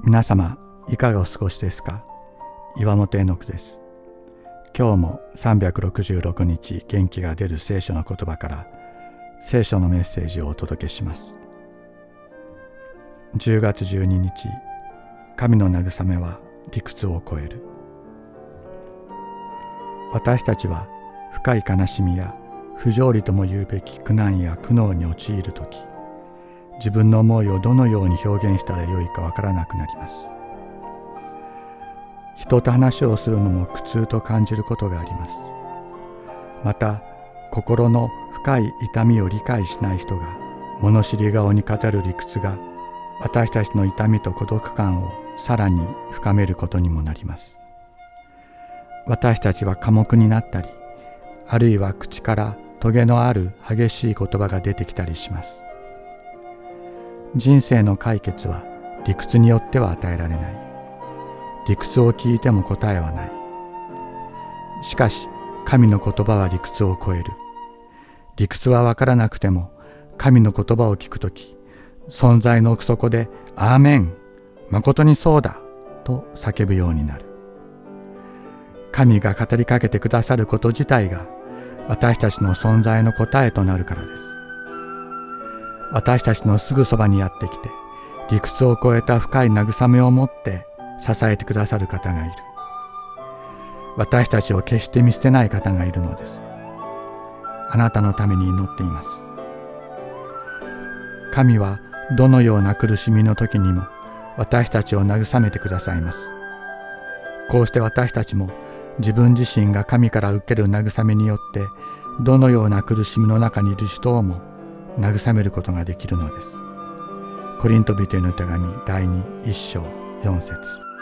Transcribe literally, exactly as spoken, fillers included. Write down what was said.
皆様いかがお過ごしですか。岩本絵の句です。今日もさんびゃくろくじゅうろくにち元気が出る聖書の言葉から聖書のメッセージをお届けします。じゅうがつじゅうににち、神の慰めは理屈を超える。私たちは深い悲しみや不条理とも言うべき苦難や苦悩に陥るとき、自分の思いをどのように表現したらよいかわからなくなります。人と話をするのも苦痛と感じることがあります。また、心の深い痛みを理解しない人が物知り顔に語る理屈が私たちの痛みと孤独感をさらに深めることにもなります。私たちは寡黙になったり、あるいは口からトゲのある激しい言葉が出てきたりします。人生の解決は理屈によっては与えられない。理屈を聞いても答えはない。しかし、神の言葉は理屈を超える。理屈は分からなくても、神の言葉を聞くとき、存在の奥底で、アーメン、誠にそうだ、と叫ぶようになる。神が語りかけてくださること自体が、私たちの存在の答えとなるからです。私たちのすぐそばにやってきて、理屈を超えた深い慰めを持って支えてくださる方がいる。私たちを決して見捨てない方がいるのです。あなたのために祈っています。神はどのような苦しみの時にも私たちを慰めてくださいます。こうして私たちも自分自身が神から受ける慰めによってどのような苦しみの中にいる人をも慰めることができるのです。コリント人への手紙だいにいっしょうよんせつ。